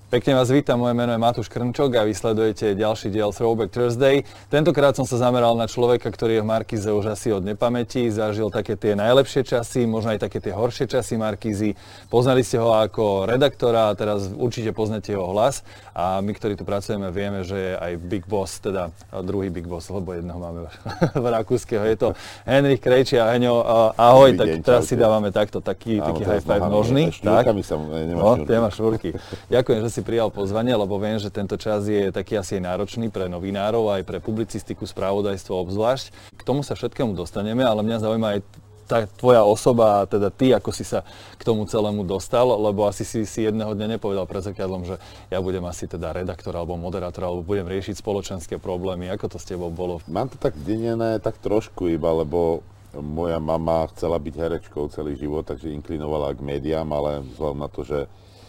Pekne vás vítam, moje meno je Matúš Krnčok a vy sledujete ďalší diel Throwback Thursday. Tentokrát som sa zameral na človeka, ktorý je v Markíze už asi od nepamäti, zažil také tie najlepšie časy, možno aj také tie horšie časy Markízy. Poznali ste ho ako redaktora a teraz určite poznáte jeho hlas. A my, ktorí tu pracujeme, vieme, že je aj Big Boss, teda druhý Big Boss, lebo jedného máme v Rakúskeho. Je to Henrik Krejčí a Heňo, ahoj, tak teraz si dávame takto, taký high five nožný. Tak, nemáš šúrky. Ďakujem, že si prijal pozvanie, lebo viem, že tento čas je taký asi náročný pre novinárov, aj pre publicistiku, spravodajstvo obzvlášť. K tomu sa všetkému dostaneme, ale mňa zaujíma aj tá tvoja osoba, teda ty, ako si sa k tomu celému dostal, lebo asi si jedného dňa nepovedal pred zrkadlom, že ja budem asi teda redaktor alebo moderátor, alebo budem riešiť spoločenské problémy. Ako to s tebou bolo? Mám to tak denené, tak trošku iba, lebo moja mama chcela byť herečkou celý život, takže inklinovala k médiám, ale vzhľadom na to, že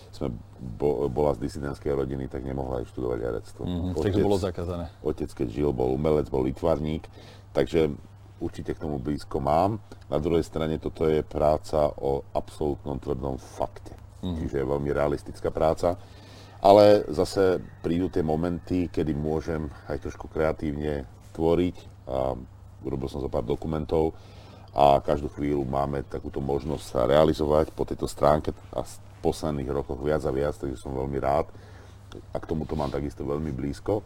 bola z disidentskej rodiny, tak nemohla aj študovať herectvo. Takže bolo zakázané. Otec, keď žil, bol umelec, bol výtvarník, takže určite k tomu blízko mám. Na druhej strane toto je práca o absolútnom tvrdom fakte. Čiže je veľmi realistická práca. Ale zase prídu tie momenty, kedy môžem aj trošku kreatívne tvoriť. A urobil som zo pár dokumentov a každú chvíľu máme takúto možnosť sa realizovať po tejto stránke a v posledných rokoch viac a viac, takže som veľmi rád. A k tomuto mám takisto veľmi blízko.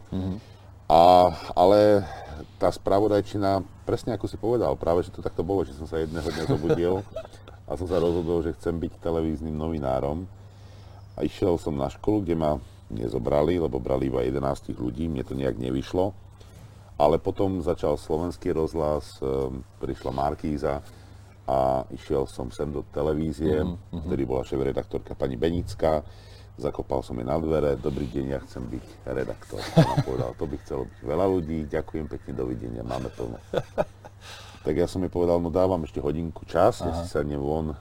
Ale tá spravodajčina, presne ako si povedal, práve že to takto bolo, že som sa jedného dňa zobudil a som sa rozhodol, že chcem byť televíznym novinárom. A išiel som na školu, kde ma nezobrali, lebo brali iba 11 ľudí, mne to nejak nevyšlo. Ale potom začal Slovenský rozhlas, prišla Markíza a išiel som sem do televízie, vtedy bola šéfredaktorka pani Benická. Zakopal som jej na dvere, dobrý deň, ja chcem byť redaktor. Som povedal, to by chcelo byť veľa ľudí, ďakujem pekne, dovidenia, máme plno. Tak ja som jej povedal, no dávam ešte hodinku čas, ja si sadnem von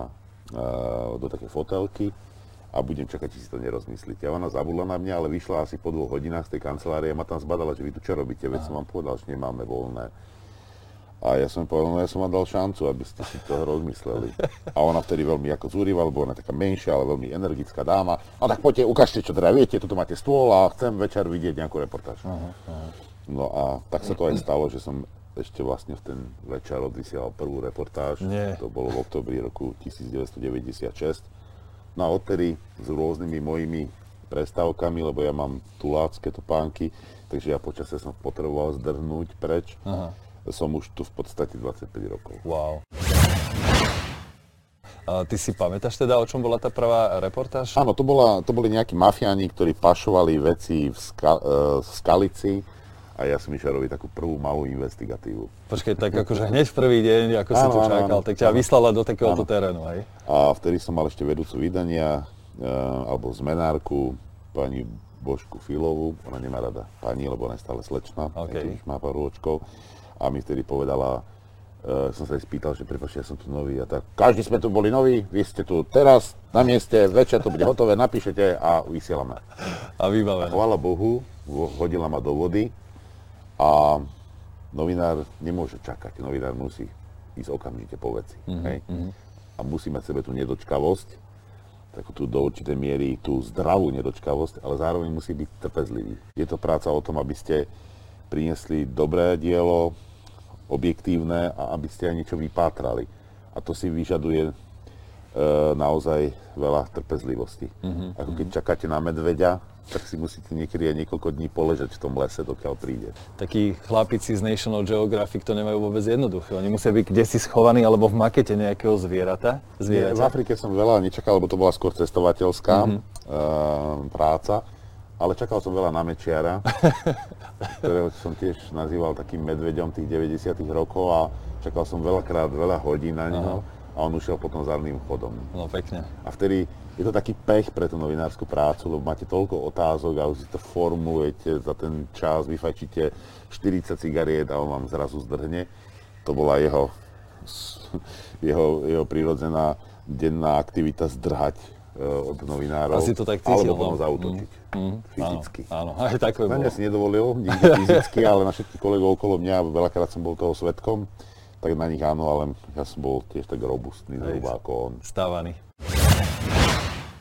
do také fotelky a budem čakať, či si to nerozmyslíte. A ona zabudla na mňa, ale vyšla asi po 2 hodinách z tej kancelárie a ma tam zbadala, že vy tu čo robíte, veď som vám povedal, že nemáme voľné. A ja som povedal, no ja som vám dal šancu, aby ste si to rozmysleli. A ona vtedy veľmi ako zúrivala, lebo ona je taká menšia, ale veľmi energická dáma. A tak poďte, ukážte, čo teda viete, tuto máte stôl a chcem večer vidieť nejakú reportáž. No a tak sa to aj stalo, že som ešte vlastne v ten večer odvysielal prvú reportáž. To bolo v októbri roku 1996. No a odtedy s rôznymi mojimi prestávkami, lebo ja mám tulácké topánky, takže ja počasie som potreboval zdrhnúť preč. Som už tu v podstate 25 rokov. Wow. A ty si pamätáš teda, o čom bola tá prvá reportáž? Áno, to boli nejakí mafiáni, ktorí pašovali veci v Skalici a ja som išiel robiť takú prvú malú investigatívu. Počkej, tak akože hneď v prvý deň, ako si tu čakal, tak ťa vyslala do takéhoto terénu, hej? A vtedy som mal ešte vedúcu vydania, alebo zmenárku, pani Božku Filovú, ona nemá rada pani, lebo ona je stále slečna, už má pár rôčkov. A mi vtedy povedala, som sa jej spýtal, že prepáčte, ja som tu nový a tak. Každý sme tu boli noví, vy ste tu teraz na mieste, večer to bude hotové, napíšete a vysielame. A vybavené. Chvála Bohu, hodila ma do vody a novinár nemôže čakať, novinár musí ísť okamžite po veci. A musí mať v sebe tú nedočkavosť, takú tú do určitej miery, tú zdravú nedočkavosť, ale zároveň musí byť trpezlivý. Je to práca o tom, aby ste priniesli dobré dielo, objektívne a aby ste aj niečo vypátrali. A to si vyžaduje naozaj veľa trpezlivosti. Ako keď čakáte na medveďa, tak si musíte niekedy aj niekoľko dní poležať v tom lese, dokiaľ príde. Takí chlapici z National Geographic to nemajú vôbec jednoduché. Oni musia byť kdesi schovaní alebo v makete nejakého zvieraťa. V Afrike som veľa nečakal, lebo to bola skôr cestovateľská práca. Ale čakal som veľa na Mečiara, ktorého som tiež nazýval takým medveďom tých 90. rokov a čakal som veľakrát veľa hodín na neho a on ušiel potom zadným chodom. No pekne. A vtedy je to taký pech pre tú novinárskú prácu, lebo máte toľko otázok a už si to formujete za ten čas, vyfajčíte 40 cigariet a on vám zrazu zdrhne. To bola jeho prirodzená denná aktivita zdrhať od novinárov, asi to tak cítil, alebo potom zaútočiť fyzicky. Áno, aj takové bolo. Na mňa si nedovolil nikdy fyzicky, ale na všetkých kolegov okolo mňa, veľakrát som bol toho svedkom, tak na nich áno, ale ja som bol tiež tak robustný, zhruba ako on. Stávaný.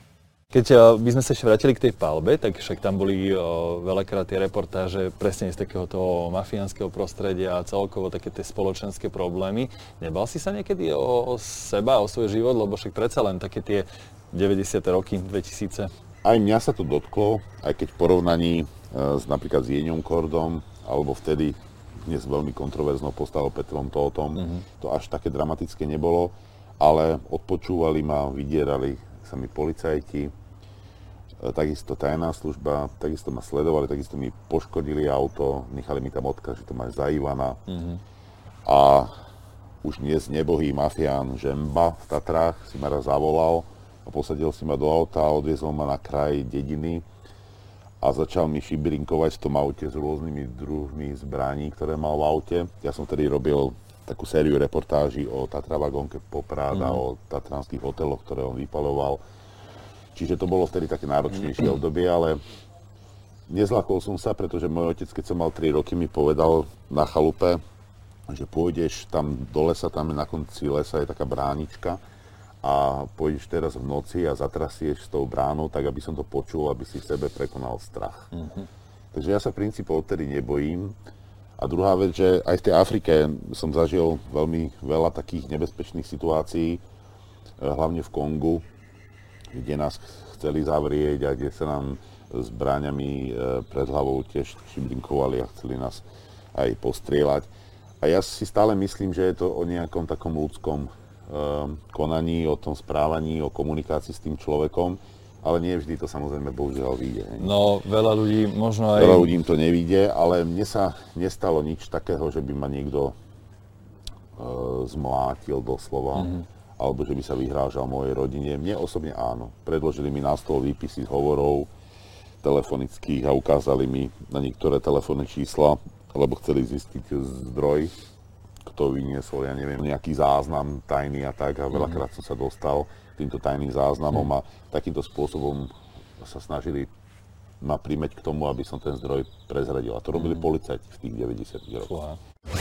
Keď by sme sa ešte vrátili k tej palbe, tak však tam boli veľakrát tie reportáže presne z takého toho mafiánskeho prostredia a celkovo také tie spoločenské problémy. Nebal si sa niekedy o seba, o svoj život, lebo však predsa len také tie 90. roky, 2000. Aj mňa sa to dotklo, aj keď v porovnaní napríklad s Jeňom Kordom, alebo vtedy dnes veľmi kontroverznou postavou Petrom Tóthom, to až také dramatické nebolo, ale odpočúvali ma, vydierali sa mi policajti, takisto tajná služba, takisto ma sledovali, takisto mi poškodili auto, nechali mi tam odkaz, že to máš za Ivana. A už dnes nebohý mafián Žemba v Tatrách si ma raz zavolal a posadil si ma do auta a odviezol ma na kraj dediny a začal mi šibrinkovať v tom aute s rôznymi druhmi zbraní, ktoré mal v aute. Ja som tedy robil takú sériu reportáží o Tatra vagónke Poprad a o tatranských hoteloch, ktoré on vypaľoval. Čiže to bolo vtedy také náročnejšie obdobie, ale nezľakol som sa, pretože môj otec, keď som mal 3 roky, mi povedal na chalupe, že pôjdeš tam do lesa, tam na konci lesa je taká bránička a pôjdeš teraz v noci a zatrasieš s tou bránou, tak aby som to počul, aby si v sebe prekonal strach. Takže ja sa v princípe odtedy nebojím. A druhá vec, že aj v tej Afrike som zažil veľmi veľa takých nebezpečných situácií, hlavne v Kongu, kde nás chceli zavrieť a kde sa nám zbraňami pred hlavou tiež šibrinkovali a chceli nás aj postrieľať. A ja si stále myslím, že je to o nejakom takom ľudskom konaní, o tom správaní, o komunikácii s tým človekom, ale nie vždy to samozrejme bohužiaľ vyjde. No, veľa ľudí možno aj... Veľa ľudí to nevidie, ale mne sa nestalo nič takého, že by ma niekto zmlátil doslova. Alebo že by sa vyhrážal mojej rodine. Mne osobne áno. Predložili mi na stôl výpisy z hovorov telefonických a ukázali mi na niektoré telefónne čísla, lebo chceli zistiť zdroj, kto vyniesol, ja neviem, nejaký záznam tajný a tak. A veľakrát som sa dostal týmto tajným záznamom a takýmto spôsobom sa snažili ma primäť k tomu, aby som ten zdroj prezradil. A to robili policajti v tých 90 rokoch.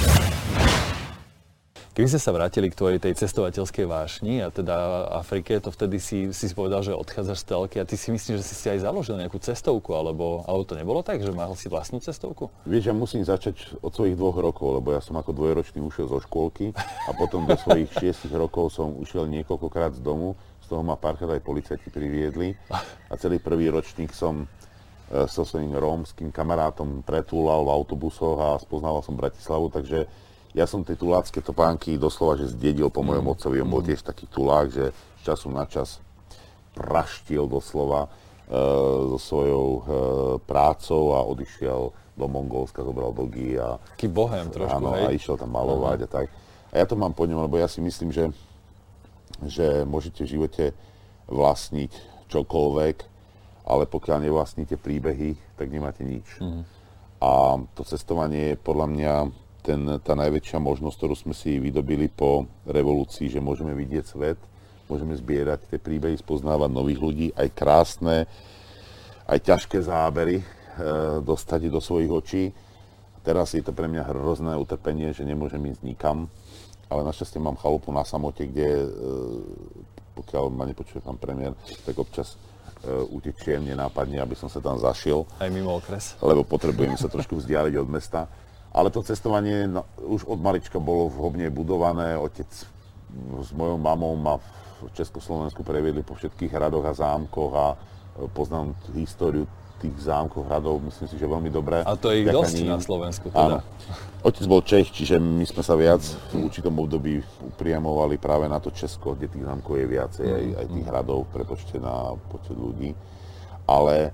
Keby ste sa vrátili k tvojej tej cestovateľskej vášni a teda Afrike, to vtedy si povedal, že odchádzaš z telky a ty si myslíš, že si aj založil nejakú cestovku, alebo to nebolo tak, že mal si vlastnú cestovku? Vieš, ja musím začať od svojich 2 rokov, lebo ja som ako 2-ročný ušiel zo škôlky a potom do svojich 6 rokov som ušiel niekoľkokrát z domu, z toho ma párkrát aj policajti priviedli a celý prvý ročník som so svojím rómskym kamarátom pretúlal v autobusoch a spoznával som Bratislavu, takže ja som tie tulácké topánky doslova, že zdedil po mojom otcovi, on bol tiež taký tulák, že z času na čas praštil doslova so svojou prácou a odišiel do Mongolska, zobral dogy a... Taký bohem trošku, áno, hej? A išiel tam malovať a tak. A ja to mám po ňom, lebo ja si myslím, že môžete v živote vlastniť čokoľvek, ale pokiaľ nevlastníte príbehy, tak nemáte nič. A to cestovanie je podľa mňa tá najväčšia možnosť, ktorú sme si vydobili po revolúcii, že môžeme vidieť svet, môžeme zbierať tie príbehy, spoznávať nových ľudí, aj krásne, aj ťažké zábery dostať do svojich očí. Teraz je to pre mňa hrozné utrpenie, že nemôžem ísť nikam, ale našťastie mám chalupu na samote, kde pokiaľ ma nepočuje pán premiér, tak občas utečiem nenápadne, aby som sa tam zašiel. Aj mimo okres. Lebo potrebujem sa trošku vzdialiť od mesta. Ale to cestovanie už od malička bolo vhodne budované. Otec s mojou mamou ma v Československu previedli po všetkých hradoch a zámkoch a poznám históriu tých zámkov, hradov, myslím si, že veľmi dobre. A to je ich dosť na Slovensku Áno. teda. Otec bol Čech, čiže my sme sa viac v určitom období upriamovali práve na to Česko, kde tých zámkov je viacej, aj tých hradov v prepočte na počet ľudí. Ale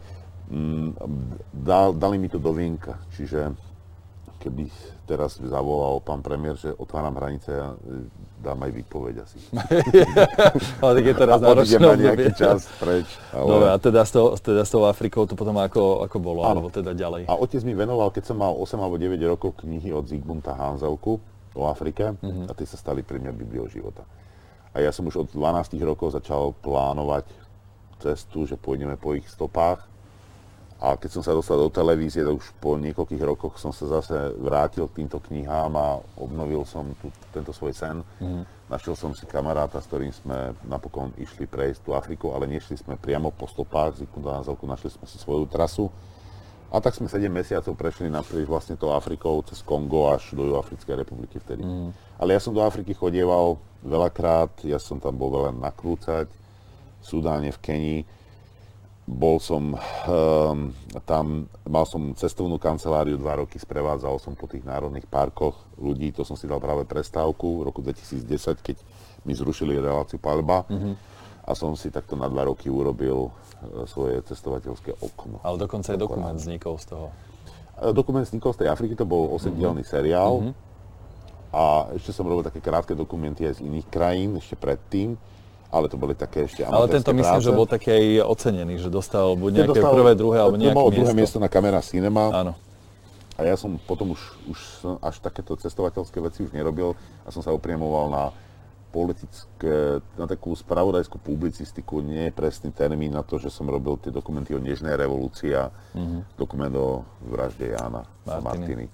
dali mi to do vienka, čiže keby teraz zavolal pán premiér, že otváram hranice a dám aj výpoveď asi. Ale tak je to raz náročné obdobie. Nejaký čas preč. Ale... Dobre, a teda s tou Afrikou to potom ako bolo, alebo teda ďalej? A otec mi venoval, keď som mal 8 alebo 9 rokov, knihy od Zigmunda Hanzelku o Afrike a tie sa stali pre mňa Bibliou života. A ja som už od 12 rokov začal plánovať cestu, že pôjdeme po ich stopách A keď som sa dostal do televízie, tak už po niekoľkých rokoch som sa zase vrátil k týmto knihám a obnovil som tento svoj sen. Našiel som si kamaráta, s ktorým sme napokon išli prejsť tú Afriku, ale nešli sme priamo po stopách Zikmunda Hanzelku, našli sme si svoju trasu. A tak sme 7 mesiacov prešli naprieč vlastne tou Afrikou, cez Kongo až do Juhoafrickej republiky vtedy. Ale ja som do Afriky chodieval veľakrát, ja som tam bol veľa nakrúcať, v Sudáne, v Kenii. Bol som tam, mal som cestovnú kanceláriu 2 roky, sprevádzal som po tých národných parkoch ľudí, to som si dal práve prestávku v roku 2010, keď mi zrušili reláciu Paľba a som si takto na 2 roky urobil svoje cestovateľské okno. Ale dokonca aj dokument vznikol z toho. Dokument vznikol z tej Afriky, to bol 8-dielny seriál a ešte som robil také krátke dokumenty aj z iných krajín ešte predtým. Ale to boli také ešte amatérske práce. Ale tento myslím, že bol taký aj ocenený, že dostal buď nejaké prvé, druhé, alebo nejaké miesto. Druhé miesto na Camera Cinema. Áno. A ja som potom už až takéto cestovateľské veci už nerobil a som sa opriemoval na politické, na takú spravodajskú publicistiku, nie je presný termín na to, že som robil tie dokumenty o nežnej revolúcii a dokument o vražde Jána Martiny.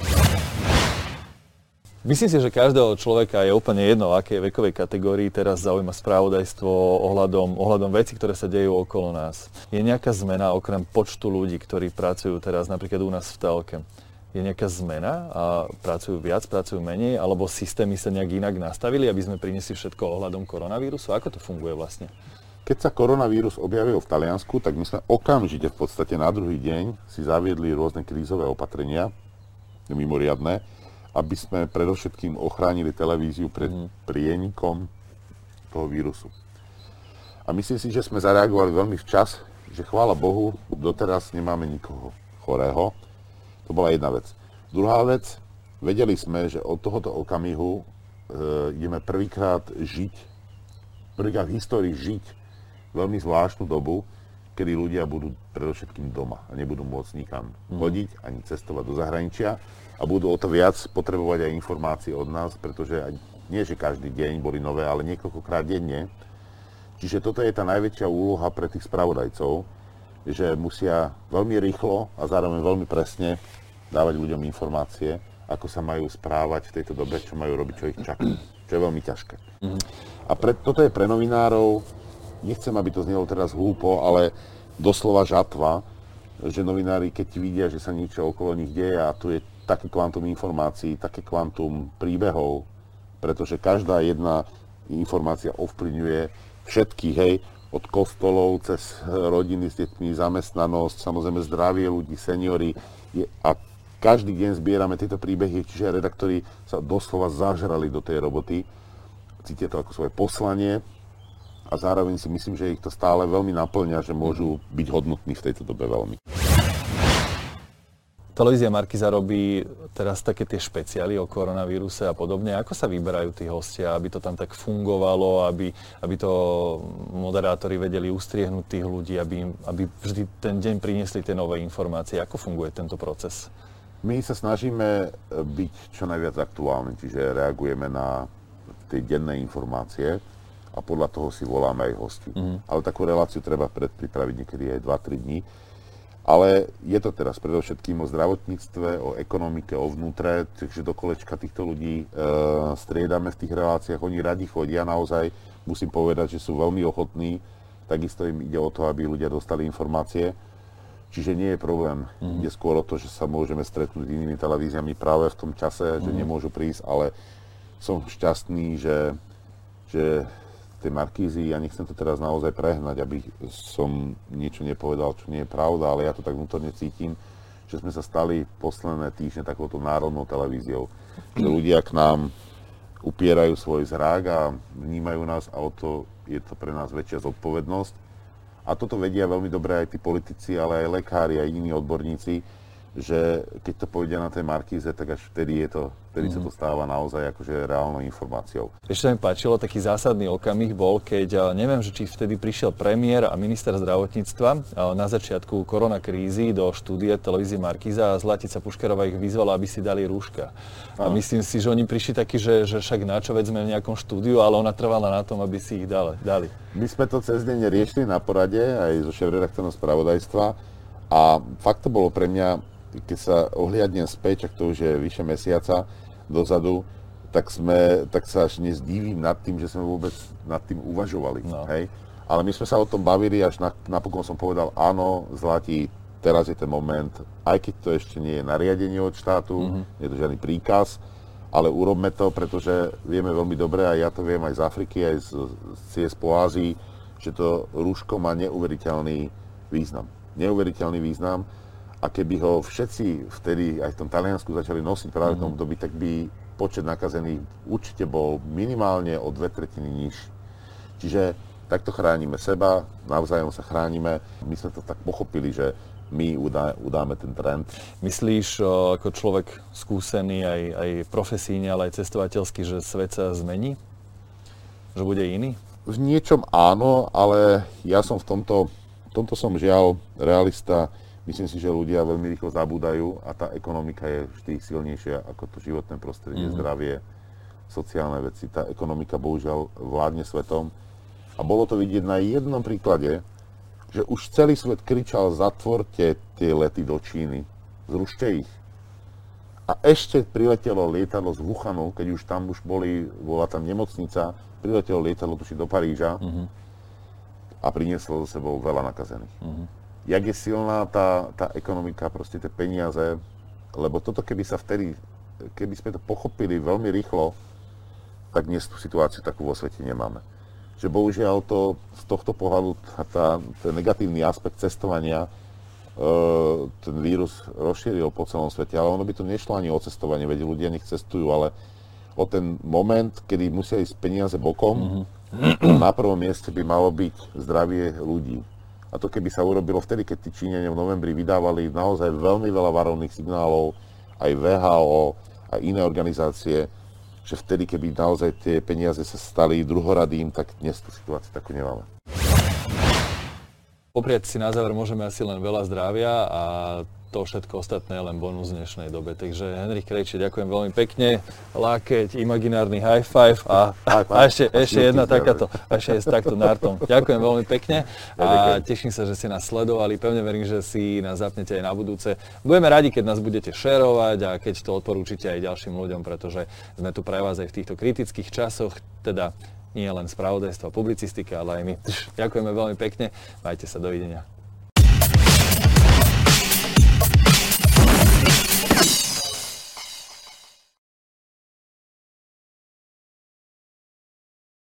Myslím si, že každého človeka je úplne jedno, v akej vekovej kategórii teraz zaujíma spravodajstvo ohľadom vecí, ktoré sa dejú okolo nás. Je nejaká zmena okrem počtu ľudí, ktorí pracujú teraz napríklad u nás v telke? Je nejaká zmena a pracujú viac, pracujú menej, alebo systémy sa nejak inak nastavili, aby sme priniesli všetko ohľadom koronavírusu? Ako to funguje vlastne? Keď sa koronavírus objavil v Taliansku, tak my sme okamžite v podstate na druhý deň si zaviedli rôzne krízové opatrenia, mimoriadne, aby sme predovšetkým ochránili televíziu pred prienikom toho vírusu. A myslím si, že sme zareagovali veľmi včas, že chvála Bohu, doteraz nemáme nikoho chorého. To bola jedna vec. Druhá vec, vedeli sme, že od tohoto okamihu ideme prvýkrát v histórii žiť veľmi zvláštnu dobu, kedy ľudia budú predovšetkým doma a nebudú môcť nikam chodiť ani cestovať do zahraničia. A budú o to viac potrebovať aj informácie od nás, pretože nie, že každý deň boli nové, ale niekoľkokrát denne. Čiže toto je tá najväčšia úloha pre tých spravodajcov, že musia veľmi rýchlo a zároveň veľmi presne dávať ľuďom informácie, ako sa majú správať v tejto dobe, čo majú robiť, čo ich čaká. Čo je veľmi ťažké. A toto je pre novinárov, nechcem, aby to znelo teraz hlúpo, ale doslova žatva, že novinári, keď vidia, že sa niečo okolo nich deje a tu je také kvantum informácií, také kvantum príbehov, pretože každá jedna informácia ovplyvňuje všetkých, hej, od kostolov cez rodiny s deťmi, zamestnanosť, samozrejme zdravie ľudí, seniori a každý deň zbierame tieto príbehy, čiže redaktori sa doslova zažrali do tej roboty, cítia to ako svoje poslanie a zároveň si myslím, že ich to stále veľmi naplňa, že môžu byť hodnotní v tejto dobe veľmi. Televízia Markíza robí teraz také tie špeciály o koronavíruse a podobne. Ako sa vyberajú tí hostia, aby to tam tak fungovalo, aby to moderátori vedeli ustriehnúť tých ľudí, aby vždy ten deň priniesli tie nové informácie? Ako funguje tento proces? My sa snažíme byť čo najviac aktuálni, čiže reagujeme na tie denné informácie a podľa toho si voláme aj hostí. Ale takú reláciu treba predpripraviť niekedy aj 2-3 dní. Ale je to teraz predovšetkým o zdravotníctve, o ekonomike, o vnútre, takže do kolečka týchto ľudí striedame v tých reláciách. Oni radi chodia, naozaj musím povedať, že sú veľmi ochotní. Takisto im ide o to, aby ľudia dostali informácie. Čiže nie je problém. Ide skôr o to, že sa môžeme stretnúť s inými televíziami práve v tom čase, že nemôžu prísť, ale som šťastný, že tej Markízy, ja nechcem to teraz naozaj prehnať, aby som niečo nepovedal, čo nie je pravda, ale ja to tak vnútorne cítim, že sme sa stali posledné týždne takouto národnou televíziou. Že ľudia k nám upierajú svoj zrak a vnímajú nás a o to je to pre nás väčšia zodpovednosť. A toto vedia veľmi dobre aj tí politici, ale aj lekári, aj iní odborníci, že keď to povedia na tej Markíze, tak až vtedy sa to stáva naozaj akože reálnou informáciou. Ešte sa mi páčilo, taký zásadný okamih bol, keď neviem, že či vtedy prišiel premiér a minister zdravotníctva na začiatku koronakrízy do štúdia televízie Markíza a Zlatica Puškarová ich vyzvala, aby si dali rúška. A myslím si, že oni prišli takí, že však načo, veď sme v nejakom štúdiu, ale ona trvala na tom, aby si ich dali. My sme to cez deň riešili na porade aj so šéfredaktorom spravodajstva. A fakt to bolo pre mňa, keď sa ohliadnem späť, ak to už je vyše mesiaca dozadu, tak sa až dnes divím nad tým, že sme vôbec nad tým uvažovali. No. Hej? Ale my sme sa o tom bavili, až napokon som povedal, áno, Zlatí, teraz je ten moment, aj keď to ešte nie je nariadenie od štátu, nie je to žiadny príkaz, ale urobme to, pretože vieme veľmi dobre, a ja to viem aj z Afriky, aj z ciest po Ázii, že to rúško má neuveriteľný význam. Neuveriteľný význam. A keby ho všetci vtedy aj v tom Taliansku začali nosiť práve v tom období, tak by počet nakazených určite bol minimálne o 2/3 nižší. Čiže takto chránime seba, navzájom sa chránime. My sme to tak pochopili, že my udáme ten trend. Myslíš ako človek skúsený aj profesíne, ale aj cestovateľský, že svet sa zmení? Že bude iný? V niečom áno, ale ja som v tomto som žiaľ realista. Myslím si, že ľudia veľmi rýchlo zabúdajú a tá ekonomika je vždy silnejšia ako to životné prostredie, zdravie, sociálne veci. Tá ekonomika bohužiaľ vládne svetom. A bolo to vidieť na jednom príklade, že už celý svet kričal, zatvorte tie lety do Číny, zrušte ich. A ešte priletelo lietadlo z Wuhanu, keď už tam bola tam nemocnica, priletelo lietadlo tuši do Paríža a prinieslo so sebou veľa nakazených. Jak je silná tá ekonomika, proste tie peniaze, lebo toto keby sme to pochopili veľmi rýchlo, tak dnes tú situáciu takú vo svete nemáme. Že bohužiaľ to z tohto pohľadu ten negatívny aspekt cestovania ten vírus rozšíril po celom svete, ale ono by to nešlo ani o cestovanie, veď ľudia nech cestujú, ale o ten moment, kedy musia ísť peniaze bokom, na prvom mieste by malo byť zdravie ľudí. A to keby sa urobilo vtedy, keď tí Číňania v novembri vydávali naozaj veľmi veľa varovných signálov, aj VHO, aj iné organizácie, že vtedy, keby naozaj tie peniaze sa stali druhoradým, tak dnes tú situáciu takú nemáme. Popriať si na záver môžeme asi len veľa zdravia a to všetko ostatné je len bonus v dnešnej dobe. Takže Henrich Krejčí, ďakujem veľmi pekne. Lákeť, imaginárny high five a ešte jedna takáto, ešte s takto nartom. Ďakujem veľmi pekne a teším sa, že ste nás sledovali. Pevne verím, že si nás zapnete aj na budúce. Budeme radi, keď nás budete šerovať a keď to odporúčite aj ďalším ľuďom, pretože sme tu pre vás aj v týchto kritických časoch, teda nie len spravodajstvo a publicistika, ale aj my. Ďakujeme veľmi pekne. Majte sa, dovidenia.